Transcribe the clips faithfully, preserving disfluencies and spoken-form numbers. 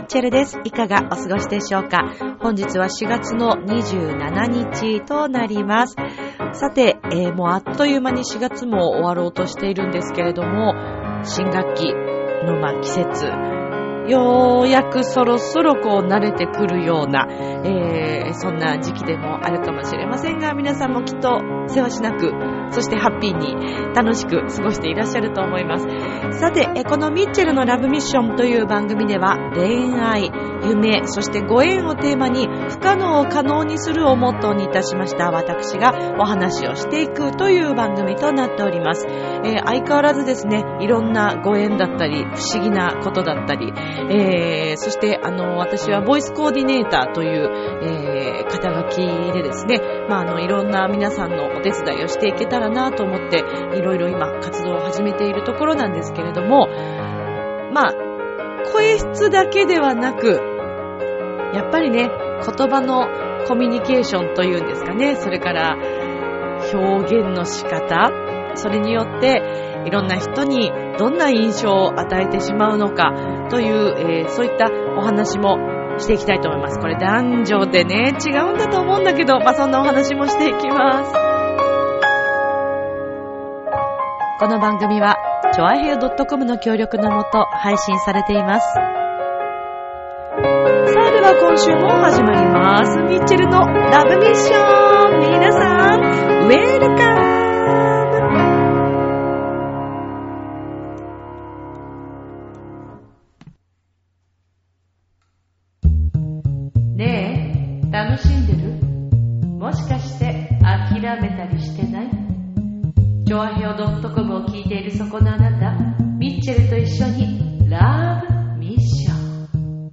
チェルです。いかがお過ごしでしょうか。本日はしがつのにじゅうしちにちとなります。さて、えー、もうあっという間にしがつも終わろうとしているんですけれども、新学期のまあ季節、ようやくそろそろこう慣れてくるような、えー、そんな時期でもあるかもしれませんが、皆さんもきっとせわしなく、そしてハッピーに楽しく過ごしていらっしゃると思います。さて、このミッチェルのラブミッションという番組では、恋愛、夢、そしてご縁をテーマに不可能を可能にするをモットーにいたしました私がお話をしていくという番組となっております。えー、相変わらずですね、いろんなご縁だったり不思議なことだったり、えー、そしてあの私はボイスコーディネーターという、えー、肩書きでですね、まああのいろんな皆さんのお手伝いをしていけたらなと思っていろいろ今活動を始めているところなんですけれども、まあ声質だけではなく、やっぱりね、言葉のコミュニケーションというんですかね、それから表現の仕方、それによっていろんな人にどんな印象を与えてしまうのかという、えー、そういったお話もしていきたいと思います。これ男女でね、違うんだと思うんだけど、まあそんなお話もしていきます。この番組はチョアヘヨ .com の協力のもと配信されています。さあでは今週も始まります。ミッチェルのラブミッション、皆さんウェルカム。ねえ、楽しんでる？もしかして諦めたりしてない？チョアヘヨ .com を聞いているそこのあなた、ミッチェルと一緒にラブミッション。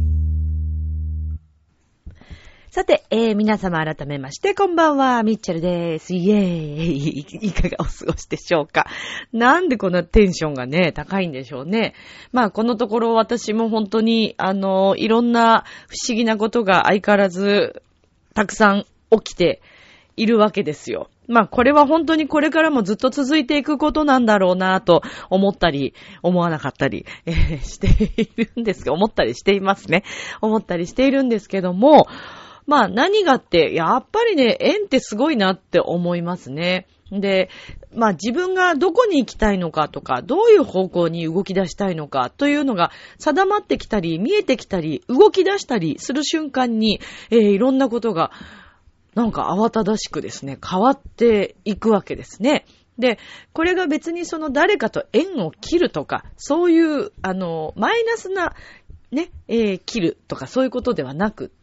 さて、えー、皆様改めましてこんばんは、ミッチェルです。イエーイ。いかがお過ごしでしょうか。なんでこんなテンションがね高いんでしょうね。まあこのところ私も本当にあのいろんな不思議なことが相変わらずたくさん起きているわけですよ。まあこれは本当にこれからもずっと続いていくことなんだろうなと思ったり思わなかったり、えー、しているんですが、思ったりしていますね。思ったりしているんですけども、まあ何がってやっぱりね、縁ってすごいなって思いますね。で、まあ自分がどこに行きたいのかとか、どういう方向に動き出したいのかというのが定まってきたり、見えてきたり、動き出したりする瞬間に、えー、いろんなことがなんか慌ただしくですね、変わっていくわけですね。で、これが別にその誰かと縁を切るとか、そういう、あの、マイナスな、ね、えー、切るとかそういうことではなくって、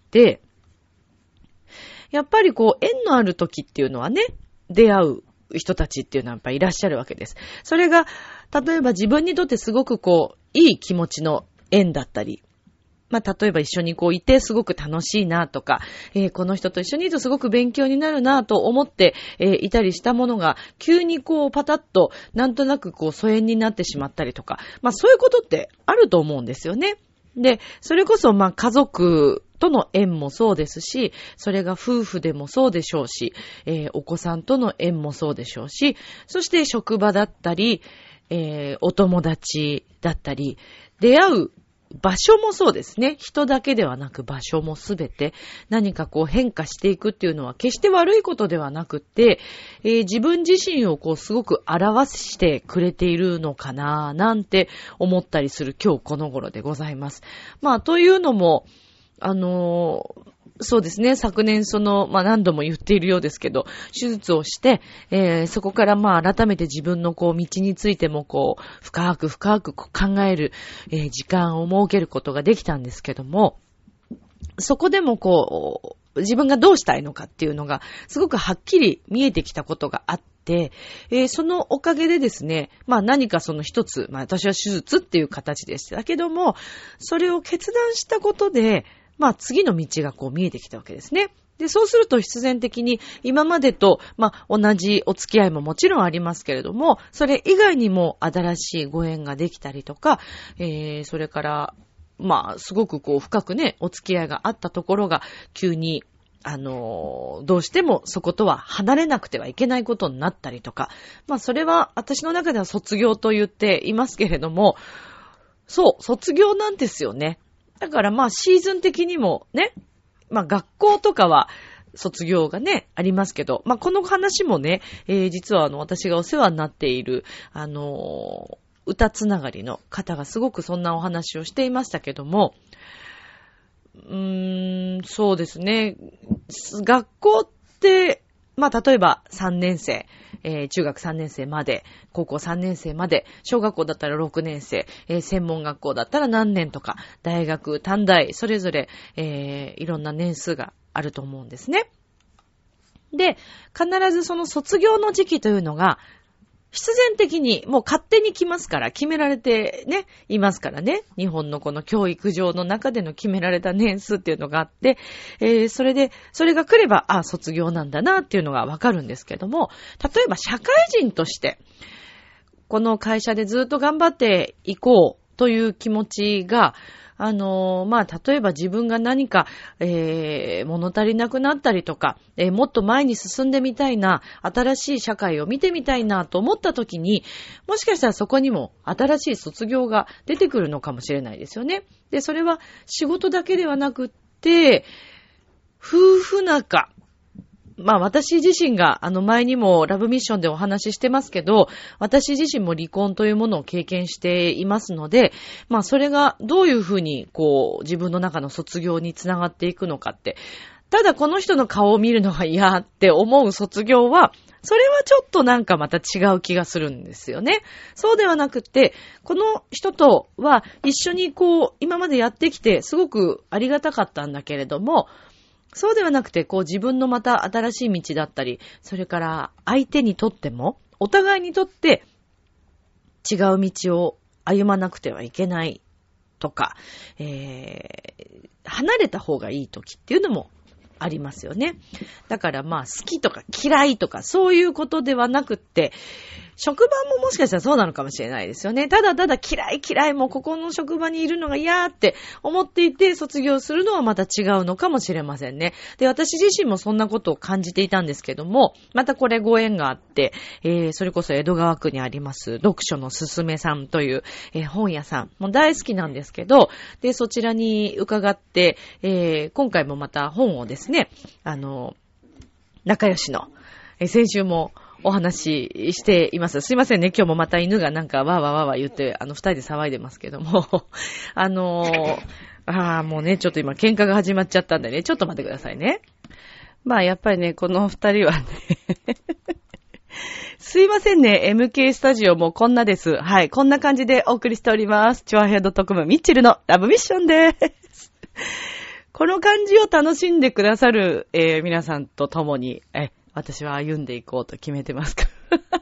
やっぱりこう、縁のある時っていうのはね、出会う人たちっていうのはやっぱりいらっしゃるわけです。それが、例えば自分にとってすごくこう、いい気持ちの縁だったり、まあ、例えば一緒にこういてすごく楽しいなとか、えー、この人と一緒にいるとすごく勉強になるなと思って、えー、いたりしたものが、急にこうパタッとなんとなくこう疎遠になってしまったりとか、まあそういうことってあると思うんですよね。で、それこそまあ家族との縁もそうですし、それが夫婦でもそうでしょうし、えー、お子さんとの縁もそうでしょうし、そして職場だったり、えー、お友達だったり、出会う場所もそうですね。人だけではなく場所もすべて何かこう変化していくっていうのは決して悪いことではなくって、えー、自分自身をこうすごく表してくれているのかななんて思ったりする今日この頃でございます。まあというのもあのーそうですね。昨年その、まあ何度も言っているようですけど、手術をして、えー、そこからまあ改めて自分のこう道についてもこう、深く深く考える、えー、時間を設けることができたんですけども、そこでもこう、自分がどうしたいのかっていうのが、すごくはっきり見えてきたことがあって、えー、そのおかげでですね、まあ何かその一つ、まあ私は手術っていう形でしたけども、それを決断したことで、まあ次の道がこう見えてきたわけですね。で、そうすると必然的に今までと、まあ同じお付き合いももちろんありますけれども、それ以外にも新しいご縁ができたりとか、えー、それから、まあすごくこう深くね、お付き合いがあったところが急に、あのー、どうしてもそことは離れなくてはいけないことになったりとか、まあそれは私の中では卒業と言っていますけれども、そう、卒業なんですよね。 だからまあシーズン的にもね、まあ学校とかは卒業がね、ありますけど、まあこの話もね、えー、実はあの私がお世話になっている、あのー、歌つながりの方がすごくそんなお話をしていましたけども、うーん、そうですね。学校って、まあ例えばさんねん生、えー、中学さんねん生まで、高校さんねん生まで、小学校だったらろくねん生、えー、専門学校だったら何年とか、大学、短大、それぞれ、えー、いろんな年数があると思うんですね。で、必ずその卒業の時期というのが、必然的にもう勝手に来ますから、決められてね、いますからね。日本のこの教育上の中での決められた年数っていうのがあって、えー、それで、それが来れば、あ、卒業なんだなっていうのがわかるんですけども、例えば社会人として、この会社でずっと頑張っていこうという気持ちが、あのー、まあ、例えば自分が何か、えー、物足りなくなったりとか、えー、もっと前に進んでみたいな、新しい社会を見てみたいなと思った時に、もしかしたらそこにも新しい卒業が出てくるのかもしれないですよね。で、それは仕事だけではなくって、夫婦仲。まあ私自身があの前にもラブミッションでお話ししてますけど、私自身も離婚というものを経験していますので、まあそれがどういうふうにこう自分の中の卒業につながっていくのかって、ただこの人の顔を見るのが嫌って思う卒業は、それはちょっとなんかまた違う気がするんですよね。そうではなくって、この人とは一緒にこう今までやってきてすごくありがたかったんだけれども、そうではなくて、こう自分のまた新しい道だったり、それから相手にとっても、お互いにとって違う道を歩まなくてはいけないとか、えー、離れた方がいい時っていうのもありますよね。だからまあ好きとか嫌いとかそういうことではなくって、職場ももしかしたらそうなのかもしれないですよね。ただただ嫌い嫌いもうここの職場にいるのが嫌って思っていて卒業するのはまた違うのかもしれませんね。で、私自身もそんなことを感じていたんですけども、またこれご縁があって、えー、それこそ江戸川区にあります読書のすすめさんという、えー、本屋さんも大好きなんですけど、で、そちらに伺って、えー、今回もまた本をですね、あの、仲良しの、えー、先週もお話ししています。すいませんね。今日もまた犬がなんかわーわーわーわー言って、あの、二人で騒いでますけども。あのー、ああ、もうね、ちょっと今喧嘩が始まっちゃったんでね、ちょっと待ってくださいね。まあ、やっぱりね、この二人はね、すいませんね。エムケー スタジオもこんなです。はい。こんな感じでお送りしております。チュアヘア .com ミッチェルのラブミッションです。この感じを楽しんでくださる、えー、皆さんと共に、え、私は歩んでいこうと決めてますから。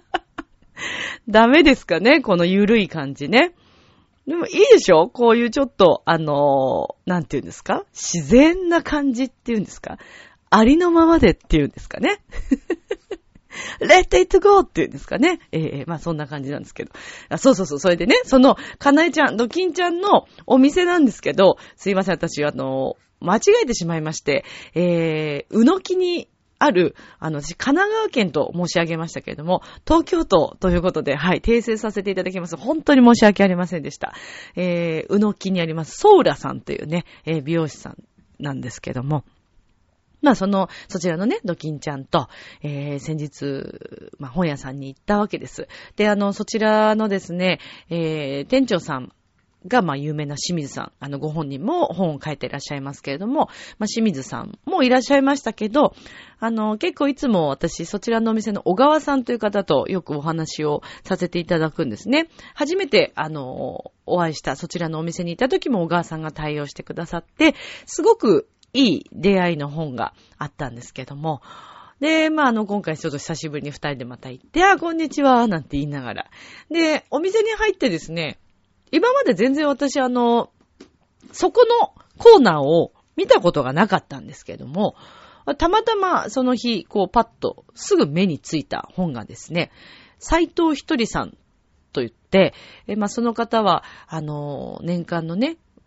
ダメですかねこのゆるい感じね。でもいいでしょこういうちょっと、あのー、なんていうんですか自然な感じっていうんですかありのままでっていうんですかね。Let it go っていうんですかね。ええー、まあそんな感じなんですけど。あ、そうそうそう。それでね、その、かなえちゃん、ドキンちゃんのお店なんですけど、すいません、私、あのー、間違えてしまいまして、えー、うのきに、ある、あの、私、神奈川県と申し上げましたけれども、東京都ということで、はい、訂正させていただきます。本当に申し訳ありませんでした。えー、うのきにあります、ソーラさんというね、えー、美容師さんなんですけども、まあ、その、そちらのね、ドキンちゃんと、えー、先日、まあ、本屋さんに行ったわけです。で、あの、そちらのですね、えー、店長さん、が、まあ、有名な清水さん。あの、ご本人も本を書いていらっしゃいますけれども、まあ、清水さんもいらっしゃいましたけど、あの、結構いつも私、そちらのお店の小川さんという方とよくお話をさせていただくんですね。初めて、あの、お会いしたそちらのお店に行った時も小川さんが対応してくださって、すごくいい出会いの本があったんですけども、で、まあ、あの、今回ちょっと久しぶりに二人でまた行って、あ、こんにちは、なんて言いながら。で、お店に入ってですね、今まで全然私あの、そこのコーナーを見たことがなかったんですけども、たまたまその日、こうパッとすぐ目についた本がですね、斉藤ひとりさんと言って、えまあ、その方は、あの、年間のね、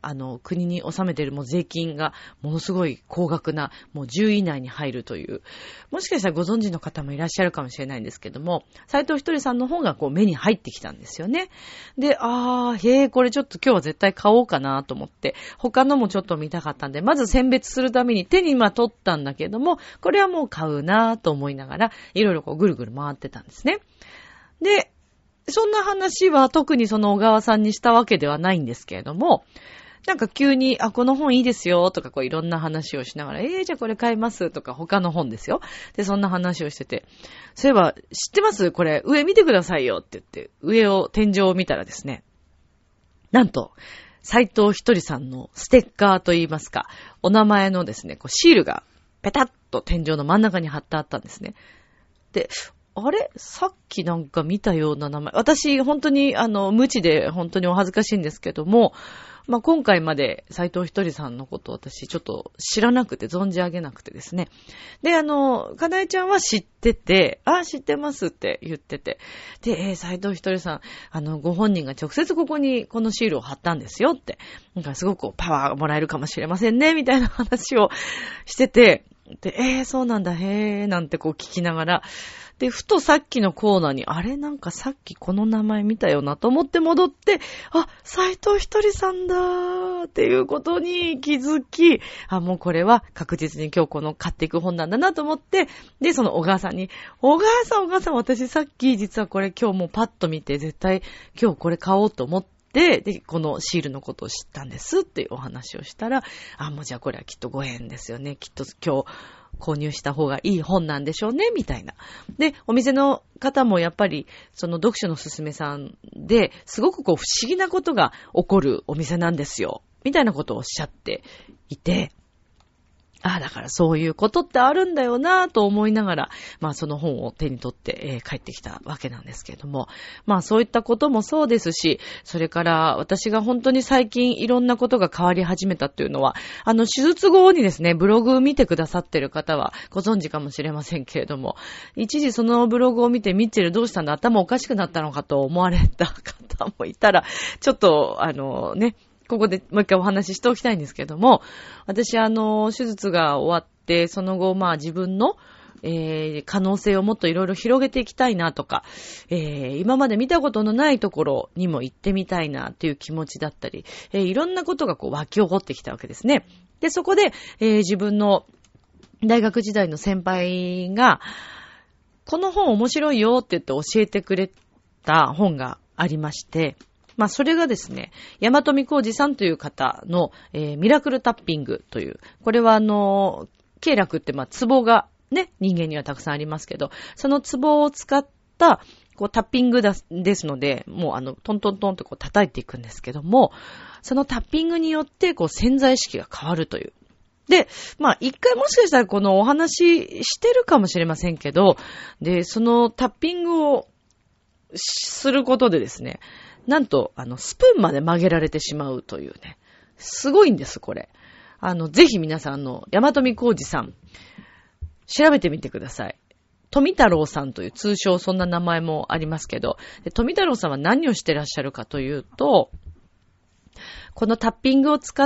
あの、国に納めているもう税金がものすごい高額な、もうじゅうい以内に入るという、もしかしたらご存知の方もいらっしゃるかもしれないんですけども、斉藤ひとりさんの方がこう目に入ってきたんですよね。で、あー、へー、これちょっと今日は絶対買おうかなと思って、他のもちょっと見たかったんで、まず選別するために手に今取ったんだけども、これはもう買うなと思いながら、いろいろこうぐるぐる回ってたんですね。で、そんな話は特にその小川さんにしたわけではないんですけれども、なんか急に、あ、この本いいですよとかこういろんな話をしながら、えー、じゃあこれ買いますとか他の本ですよ。で、そんな話をしてて、そういえば知ってますこれ上見てくださいよって言って、上を、天井を見たらですね、なんと、斉藤ひとりさんのステッカーといいますか、お名前のですね、こうシールがペタッと天井の真ん中に貼ってあったんですね。で、あれさっきなんか見たような名前。私、本当に、あの、無知で本当にお恥ずかしいんですけども、まあ、今回まで斉藤ひとりさんのことを私ちょっと知らなくて、存じ上げなくてですね。で、あの、かなえちゃんは知ってて、あ、知ってますって言ってて。で、えー、斉藤ひとりさん、あの、ご本人が直接ここにこのシールを貼ったんですよって。なんかすごくパワーがもらえるかもしれませんね、みたいな話をしてて、で、えー、そうなんだ、へー、なんてこう聞きながら、で、ふとさっきのコーナーに、あれなんかさっきこの名前見たよなと思って戻って、あ、斉藤ひとりさんだーっていうことに気づき、あ、もうこれは確実に今日この買っていく本なんだなと思って、で、その小川さんに、小川さん、小川さん、私さっき実はこれ今日もうパッと見て、絶対今日これ買おうと思って、で、で、このシールのことを知ったんですっていうお話をしたら、あ、もうじゃあこれはきっとご縁ですよね。きっと今日購入した方がいい本なんでしょうね、みたいな。で、お店の方もやっぱり、その読書のすすめさんで、すごくこう不思議なことが起こるお店なんですよ。みたいなことをおっしゃっていて、ああ、だからそういうことってあるんだよなぁと思いながら、まあその本を手に取って、えー、帰ってきたわけなんですけれども、まあそういったこともそうですし、それから私が本当に最近いろんなことが変わり始めたっていうのは、あの手術後にですね、ブログを見てくださってる方はご存知かもしれませんけれども、一時そのブログを見てミッチェルどうしたんだ、頭おかしくなったのかと思われた方もいたら、ちょっとあのね、ここでもう一回お話ししておきたいんですけども、私あの、手術が終わって、その後まあ自分の、えー、可能性をもっといろいろ広げていきたいなとか、えー、今まで見たことのないところにも行ってみたいなっていう気持ちだったり、えー、いろんなことがこう湧き起こってきたわけですね。で、そこで、えー、自分の大学時代の先輩が、この本面白いよって言って教えてくれた本がありまして、まあそれがですね、山富浩二さんという方の、えー、ミラクルタッピングという、これはあの、経絡ってまあツボがね、人間にはたくさんありますけど、そのツボを使ったこうタッピングだですので、もうあのトントントンとこう叩いていくんですけども、そのタッピングによってこう潜在意識が変わるという。で、まあ一回もしかしたらこのお話してるかもしれませんけど、で、そのタッピングをすることでですね、なんと、あの、スプーンまで曲げられてしまうというね。すごいんです、これ。あの、ぜひ皆さん、あの、山富浩二さん、調べてみてください。富太郎さんという通称そんな名前もありますけど、で富太郎さんは何をしてらっしゃるかというと、このタッピングを使って、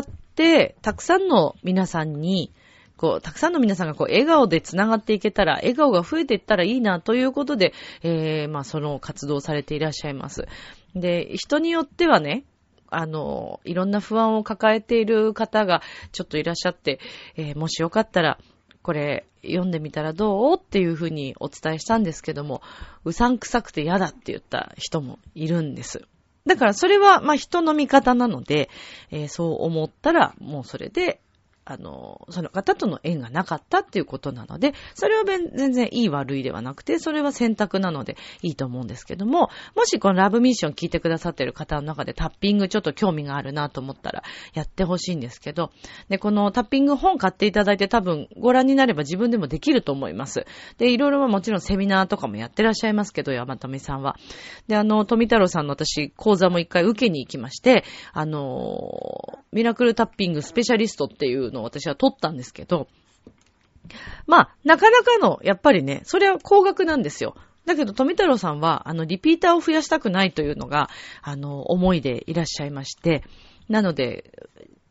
たくさんの皆さんに、こう、たくさんの皆さんがこう、笑顔でつながっていけたら、笑顔が増えていったらいいなということで、えー、まあ、その活動をされていらっしゃいます。で、人によってはね、あの、いろんな不安を抱えている方がちょっといらっしゃって、えー、もしよかったら、これ読んでみたらどうっていうふうにお伝えしたんですけども、うさんくさくて嫌だって言った人もいるんです。だからそれは、まあ、人の見方なので、えー、そう思ったら、もうそれで、あの、その方との縁がなかったっていうことなので、それは全然いい悪いではなくて、それは選択なのでいいと思うんですけども、もしこのラブミッション聞いてくださっている方の中でタッピングちょっと興味があるなと思ったらやってほしいんですけど、で、このタッピング本買っていただいて多分ご覧になれば自分でもできると思います。で、いろいろもちろんセミナーとかもやってらっしゃいますけど、山富さんは。で、あの、富太郎さんの私講座も一回受けに行きまして、あの、ミラクルタッピングスペシャリストっていうのを私は取ったんですけど、まあ、なかなかの、やっぱりね、それは高額なんですよ。だけど、富太郎さんは、あの、リピーターを増やしたくないというのが、あの、思いでいらっしゃいまして、なので、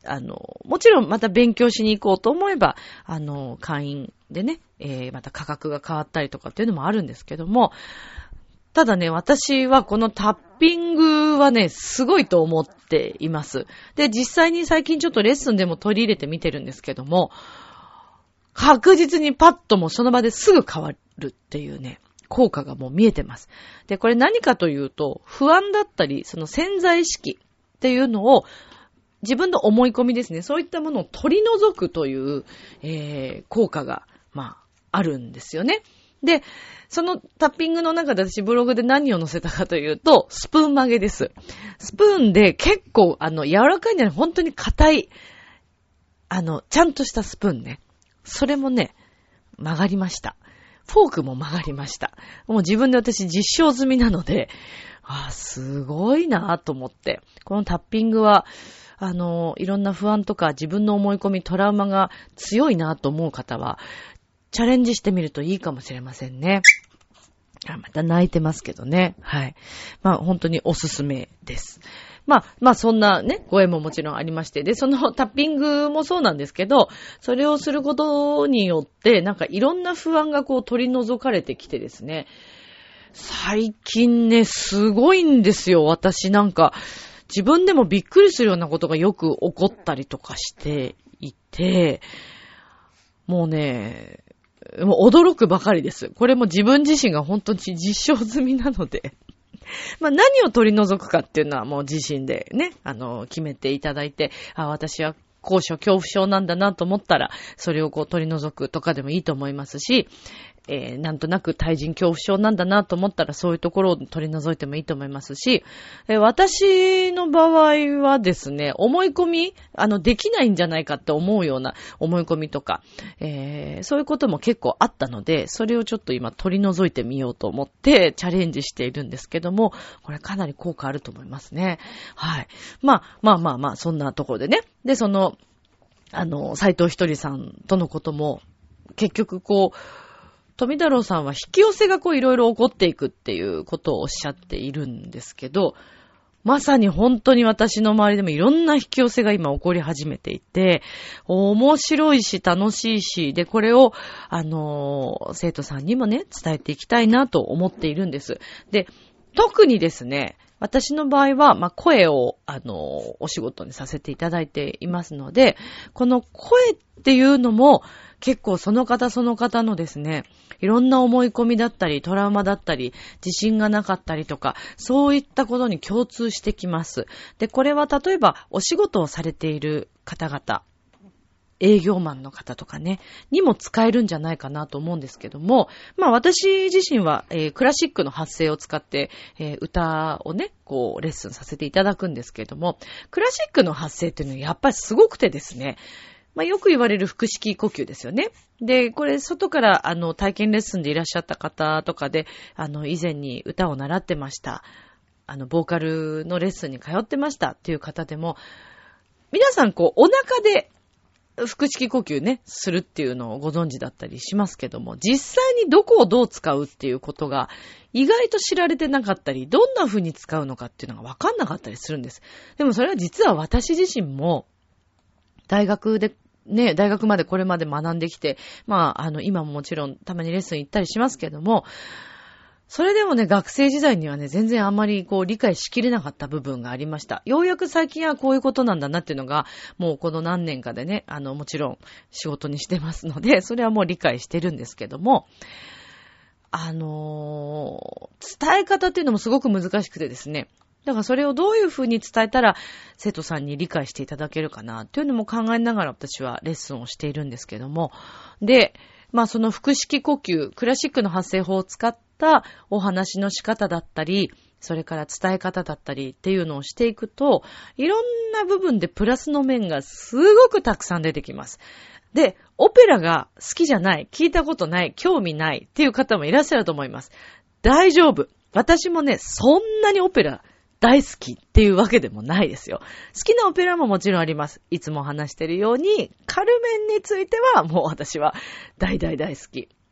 あの、もちろんまた勉強しに行こうと思えば、あの、会員でね、えー、また価格が変わったりとかっていうのもあるんですけども、ただね、私はこのタッピングはね、すごいと思っています。で、実際に最近ちょっとレッスンでも取り入れてみてるんですけども、確実にパッともその場ですぐ変わるっていうね、効果がもう見えてます。で、これ何かというと、不安だったり、その潜在意識っていうのを、自分の思い込みですね、そういったものを取り除くという、えー、効果が、まあ、あるんですよね。で、そのタッピングの中で私ブログで何を載せたかというと、スプーン曲げです。スプーンで結構、あの、柔らかいんじゃない、本当に硬い、あの、ちゃんとしたスプーンね。それもね、曲がりました。フォークも曲がりました。もう自分で私実証済みなので、ああ、すごいなぁと思って。このタッピングは、あの、いろんな不安とか自分の思い込み、トラウマが強いなぁと思う方は、チャレンジしてみるといいかもしれませんね。あ、また泣いてますけどね。はい。まあ本当におすすめです。まあ、まあそんなね、ご縁ももちろんありまして。で、そのタッピングもそうなんですけど、それをすることによって、なんかいろんな不安がこう取り除かれてきてですね。最近ね、すごいんですよ。私なんか、自分でもびっくりするようなことがよく起こったりとかしていて、もうね、もう驚くばかりです。これも自分自身が本当に実証済みなので。まあ何を取り除くかっていうのはもう自身でね、あの、決めていただいて、あ、私は高所恐怖症なんだなと思ったら、それをこう取り除くとかでもいいと思いますし、えー、なんとなく対人恐怖症なんだなと思ったらそういうところを取り除いてもいいと思いますし、えー、私の場合はですね、思い込み、あの、できないんじゃないかって思うような思い込みとか、えー、そういうことも結構あったので、それをちょっと今取り除いてみようと思ってチャレンジしているんですけども、これかなり効果あると思いますね。はい。まあ、まあまあまあ、そんなところでね。で、その、あの、斉藤ひとりさんとのことも、結局こう、富太郎さんは引き寄せがこういろいろ起こっていくっていうことをおっしゃっているんですけど、まさに本当に私の周りでもいろんな引き寄せが今起こり始めていて、面白いし楽しいし、で、これを、あの、生徒さんにもね、伝えていきたいなと思っているんです。で、特にですね、私の場合は、まあ、声を、あの、お仕事にさせていただいていますので、この声っていうのも、結構その方その方のですね、いろんな思い込みだったり、トラウマだったり、自信がなかったりとか、そういったことに共通してきます。で、これは例えば、お仕事をされている方々、営業マンの方とかね、にも使えるんじゃないかなと思うんですけども、まあ私自身は、えー、クラシックの発声を使って、えー、歌をね、こうレッスンさせていただくんですけれども、クラシックの発声っていうのはやっぱりすごくてですね、まあよく言われる腹式呼吸ですよね。で、これ外からあの体験レッスンでいらっしゃった方とかで、あの以前に歌を習ってました。あのボーカルのレッスンに通ってましたっていう方でも、皆さんこうお腹で腹式呼吸ね、するっていうのをご存知だったりしますけども、実際にどこをどう使うっていうことが意外と知られてなかったり、どんな風に使うのかっていうのが分かんなかったりするんです。でもそれは実は私自身も大学でね、大学までこれまで学んできて、まあ、あの、今ももちろんたまにレッスン行ったりしますけども、それでもね、学生時代にはね、全然あんまりこう理解しきれなかった部分がありました。ようやく最近はこういうことなんだなっていうのが、もうこの何年かでね、あの、もちろん仕事にしてますので、それはもう理解してるんですけども、あのー、伝え方っていうのもすごく難しくてですね、だからそれをどういうふうに伝えたら生徒さんに理解していただけるかなっていうのも考えながら私はレッスンをしているんですけども、で、まあその腹式呼吸、クラシックの発声法を使ったお話の仕方だったり、それから伝え方だったりっていうのをしていくと、いろんな部分でプラスの面がすごくたくさん出てきます。で、オペラが好きじゃない、聞いたことない、興味ないっていう方もいらっしゃると思います。大丈夫。私もね、そんなにオペラ大好きっていうわけでもないですよ。好きなオペラももちろんあります。いつも話しているように、カルメンについてはもう私は大大大好き。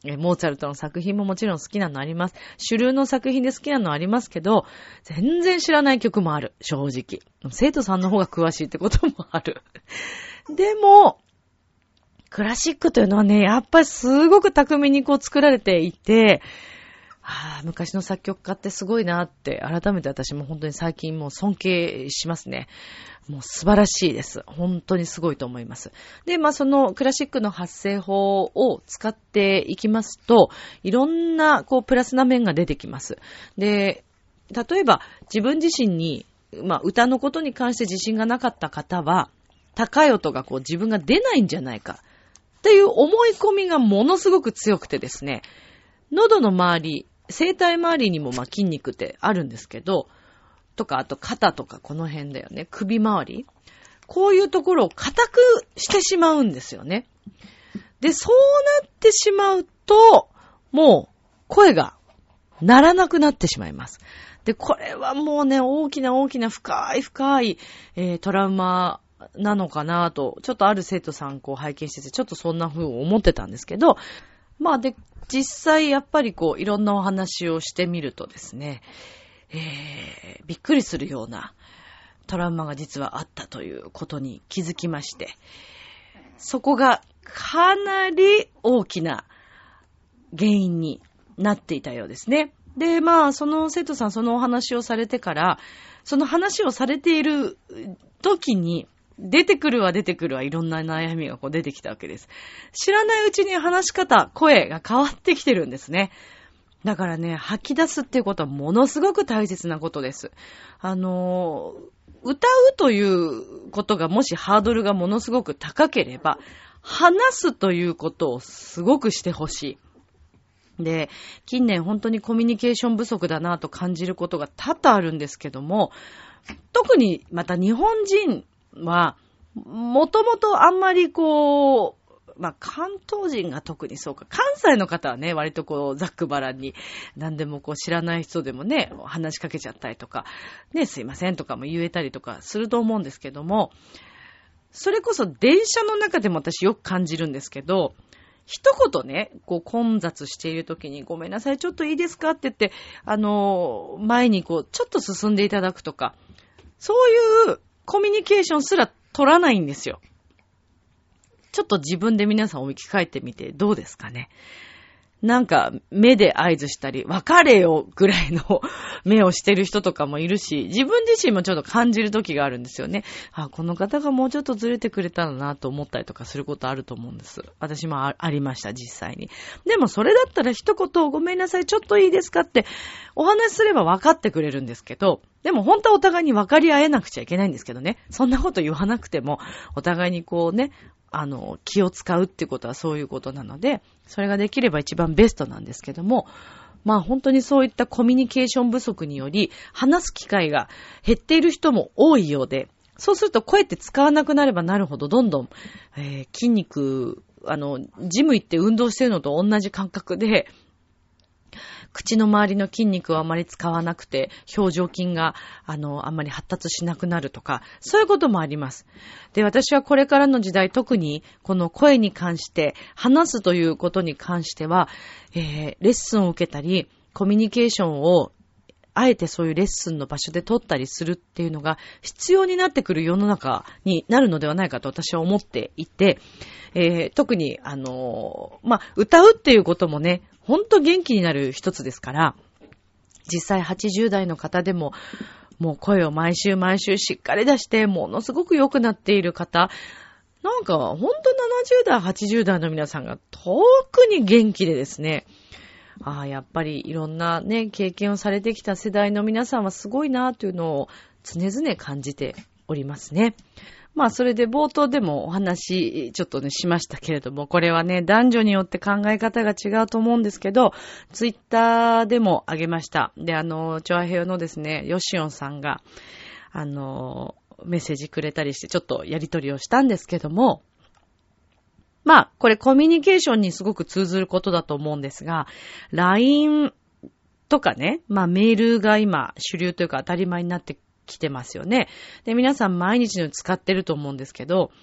えモーツァルトの作品ももちろん好きなのあります。主流の作品で好きなのありますけど、全然知らない曲もある。正直。生徒さんの方が詳しいってこともある。でも、クラシックというのはね、やっぱりすごく巧みにこう作られていて、はあ、昔の作曲家ってすごいなって、改めて私も本当に最近もう尊敬しますね。もう素晴らしいです。本当にすごいと思います。で、まあそのクラシックの発声法を使っていきますと、いろんなこうプラスな面が出てきます。で、例えば自分自身に、まあ歌のことに関して自信がなかった方は、高い音がこう自分が出ないんじゃないかっていう思い込みがものすごく強くてですね、喉の周り、声帯周りにもまあ筋肉ってあるんですけど、とか、あと肩とかこの辺だよね。首周り。こういうところを硬くしてしまうんですよね。で、そうなってしまうと、もう声が鳴らなくなってしまいます。で、これはもうね、大きな大きな深い深い、えー、トラウマなのかなと、ちょっとある生徒さんこう拝見してて、ちょっとそんな風を思ってたんですけど、まあで、実際やっぱりこういろんなお話をしてみるとですね、えー、びっくりするようなトラウマが実はあったということに気づきまして、そこがかなり大きな原因になっていたようですね。で、まあその生徒さんそのお話をされてから、その話をされている時に出てくるは出てくるはいろんな悩みがこう出てきたわけです。知らないうちに話し方、声が変わってきてるんですね。だからね、吐き出すっていうことはものすごく大切なことです。あの、歌うということがもしハードルがものすごく高ければ、話すということをすごくしてほしい。で、近年本当にコミュニケーション不足だなと感じることが多々あるんですけども、特にまた日本人は、もともとあんまりこう、まあ、関東人が特にそうか。関西の方はね、割とこう、ざっくばらんに、何でもこう、知らない人でもね、話しかけちゃったりとか、ね、すいませんとかも言えたりとかすると思うんですけども、それこそ電車の中でも私よく感じるんですけど、一言ね、こう混雑している時にごめんなさい、ちょっといいですかって言って、あの、前にこう、ちょっと進んでいただくとか、そういうコミュニケーションすら取らないんですよ。ちょっと自分で皆さん置き換えてみてどうですかね。なんか目で合図したり、別れよぐらいの目をしてる人とかもいるし、自分自身もちょっと感じる時があるんですよね。あ、この方がもうちょっとずれてくれたらなと思ったりとかすることあると思うんです。私も あ, ありました、実際に。でもそれだったら一言ごめんなさい、ちょっといいですかってお話しすれば分かってくれるんですけど、でも本当はお互いに分かり合えなくちゃいけないんですけどね。そんなこと言わなくても、お互いにこうね、あの、気を使うってことはそういうことなので、それができれば一番ベストなんですけども、まあ本当にそういったコミュニケーション不足により、話す機会が減っている人も多いようで、そうすると声って使わなくなればなるほど、どんどん、えー、筋肉、あの、ジム行って運動してるのと同じ感覚で、口の周りの筋肉をあまり使わなくて、表情筋が、あの、あんまり発達しなくなるとか、そういうこともあります。で、私はこれからの時代、特にこの声に関して、話すということに関しては、えー、レッスンを受けたり、コミュニケーションを、あえてそういうレッスンの場所で取ったりするっていうのが必要になってくる世の中になるのではないかと私は思っていて、えー、特に、あのー、まあ、歌うっていうこともね、ほんと元気になる一つですから、実際はちじゅう代の方でも、もう声を毎週毎週しっかり出して、ものすごく良くなっている方、なんかほんとななじゅう代、はちじゅう代の皆さんが特に元気でですね、ああ、やっぱりいろんなね、経験をされてきた世代の皆さんはすごいなというのを常々感じておりますね。まあそれで冒頭でもお話ちょっとねしましたけれども、これはね男女によって考え方が違うと思うんですけど、ツイッターでもあげました。で、あのチョアヘヨのですねヨシオンさんがあのメッセージくれたりしてちょっとやり取りをしたんですけども、まあこれコミュニケーションにすごく通ずることだと思うんですが、 ライン とかね、まあメールが今主流というか当たり前になって来てますよね。で、皆さん毎日のように使ってると思うんですけど、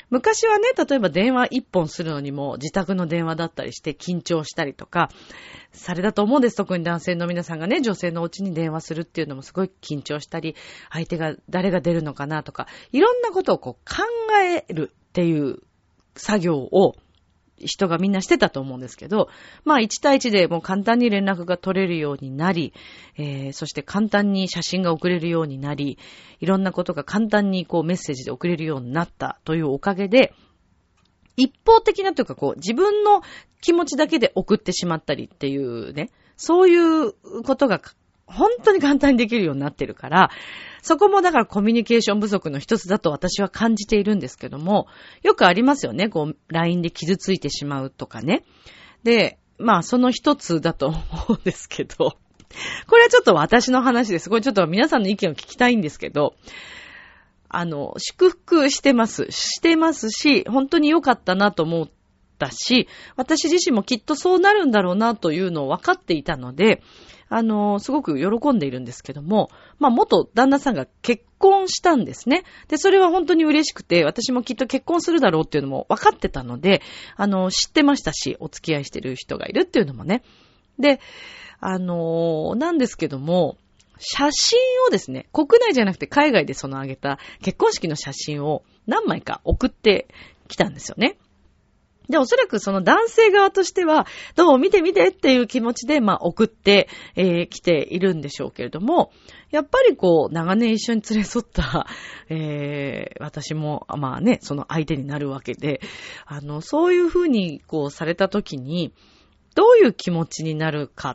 昔はね、例えば電話一本するのにも自宅の電話だったりして緊張したりとかされたと思うんです。特に男性の皆さんがね、女性のお家に電話するっていうのもすごい緊張したり、相手が誰が出るのかなとか、いろんなことをこう考えるっていう作業を人がみんなしてたと思うんですけど、まあ一対一でもう簡単に連絡が取れるようになり、えー、そして簡単に写真が送れるようになり、いろんなことが簡単にこうメッセージで送れるようになったというおかげで、一方的なというかこう自分の気持ちだけで送ってしまったりっていうね、そういうことが本当に簡単にできるようになってるから、そこもだからコミュニケーション不足の一つだと私は感じているんですけども、よくありますよね。こう、ライン で傷ついてしまうとかね。で、まあその一つだと思うんですけど、これはちょっと私の話です。これちょっと皆さんの意見を聞きたいんですけど、あの、祝福してます。してますし、本当に良かったなと思ったし、私自身もきっとそうなるんだろうなというのを分かっていたので、あの、すごく喜んでいるんですけども、まあ、元旦那さんが結婚したんですね。で、それは本当に嬉しくて、私もきっと結婚するだろうっていうのも分かってたので、あの、知ってましたし、お付き合いしてる人がいるっていうのもね。で、あの、なんですけども、写真をですね、国内じゃなくて海外でその上げた結婚式の写真を何枚か送ってきたんですよね。で、おそらくその男性側としては、どう見て見てっていう気持ちで、まあ送って、えー、来ているんでしょうけれども、やっぱりこう、長年一緒に連れ添った、えー、私も、まあね、その相手になるわけで、あの、そういうふうにこうされたときに、どういう気持ちになるかって、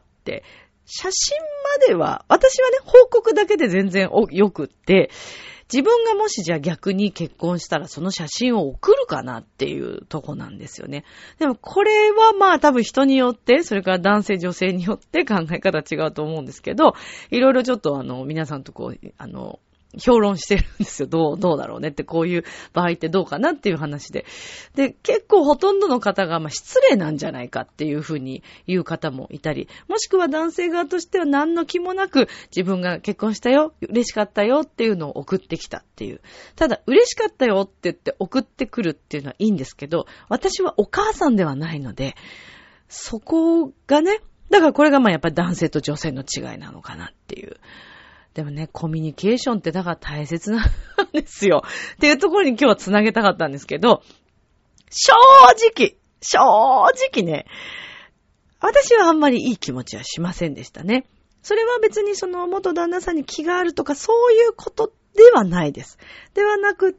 写真までは、私はね、報告だけで全然よくって、自分がもしじゃあ逆に結婚したらその写真を送るかなっていうとこなんですよね。でもこれはまあ多分人によって、それから男性女性によって考え方違うと思うんですけど、いろいろちょっとあの皆さんとこう、あの、評論してるんですよ。どう、どうだろうねって、こういう場合ってどうかなっていう話で。で、結構ほとんどの方が、まあ、失礼なんじゃないかっていうふうに言う方もいたり、もしくは男性側としては何の気もなく、自分が結婚したよ、嬉しかったよっていうのを送ってきたっていう。ただ、嬉しかったよって言って送ってくるっていうのはいいんですけど、私はお母さんではないので、そこがね、だからこれがまあやっぱり男性と女性の違いなのかなっていう。でもね、コミュニケーションってだから大切なんですよ。っていうところに今日はつなげたかったんですけど、正直、正直ね、私はあんまりいい気持ちはしませんでしたね。それは別にその元旦那さんに気があるとかそういうことではないです。ではなくって、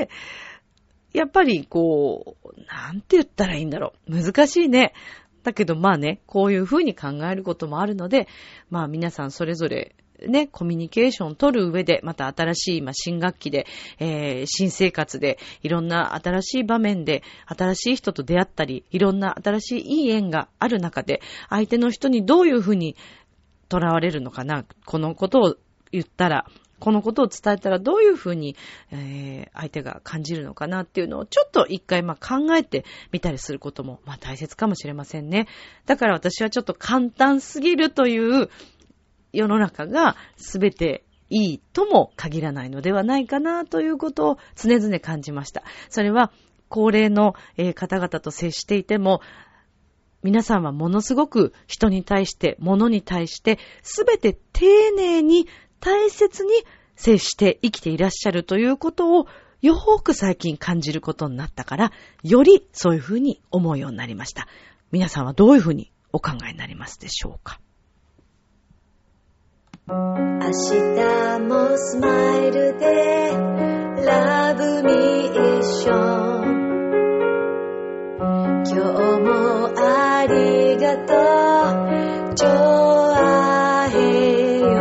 やっぱりこう、なんて言ったらいいんだろう。難しいね。だけどまあね、こういうふうに考えることもあるので、まあ皆さんそれぞれ、ね、コミュニケーションを取る上で、また新しい、まあ、新学期で、えー、新生活で、いろんな新しい場面で、新しい人と出会ったり、いろんな新しいいい縁がある中で、相手の人にどういうふうに囚われるのかな、このことを言ったら、このことを伝えたらどういうふうに、えー、相手が感じるのかなっていうのをちょっと一回まあ考えてみたりすることもまあ大切かもしれませんね。だから私はちょっと簡単すぎるという世の中が全ていいとも限らないのではないかなということを常々感じました。それは高齢の方々と接していても、皆さんはものすごく人に対して、物に対して全て丁寧に大切に接して生きていらっしゃるということをよーく最近感じることになったから、よりそういうふうに思うようになりました。皆さんはどういうふうにお考えになりますでしょうか。 明日もスマイルで Love me 一緒、今日もありがとうジョアヘヨ。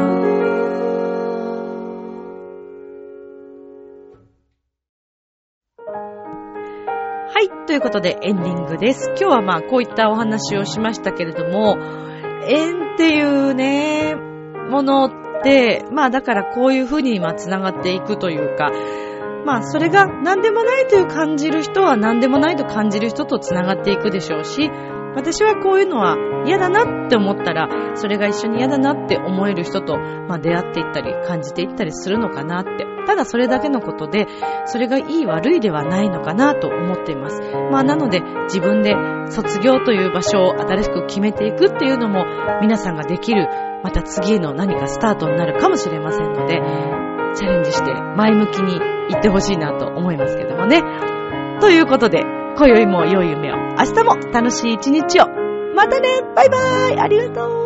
はい、ということでエンディングです。今日はまあこういったお話をしましたけれども、縁っていうねものって、まあだからこういうふうにまあ繋がっていくというか、まあそれが何でもないという感じる人は何でもないと感じる人と繋がっていくでしょうし、私はこういうのは嫌だなって思ったら、それが一緒に嫌だなって思える人と、まあ、出会っていったり感じていったりするのかなって。ただそれだけのことで、それがいい悪いではないのかなと思っています。まあなので自分で卒業という場所を新しく決めていくっていうのも皆さんができる、また次への何かスタートになるかもしれませんので、チャレンジして前向きにいってほしいなと思いますけどもね。ということで、今宵も良い夢を、明日も楽しい一日を。またね、バイバイ、ありがとう。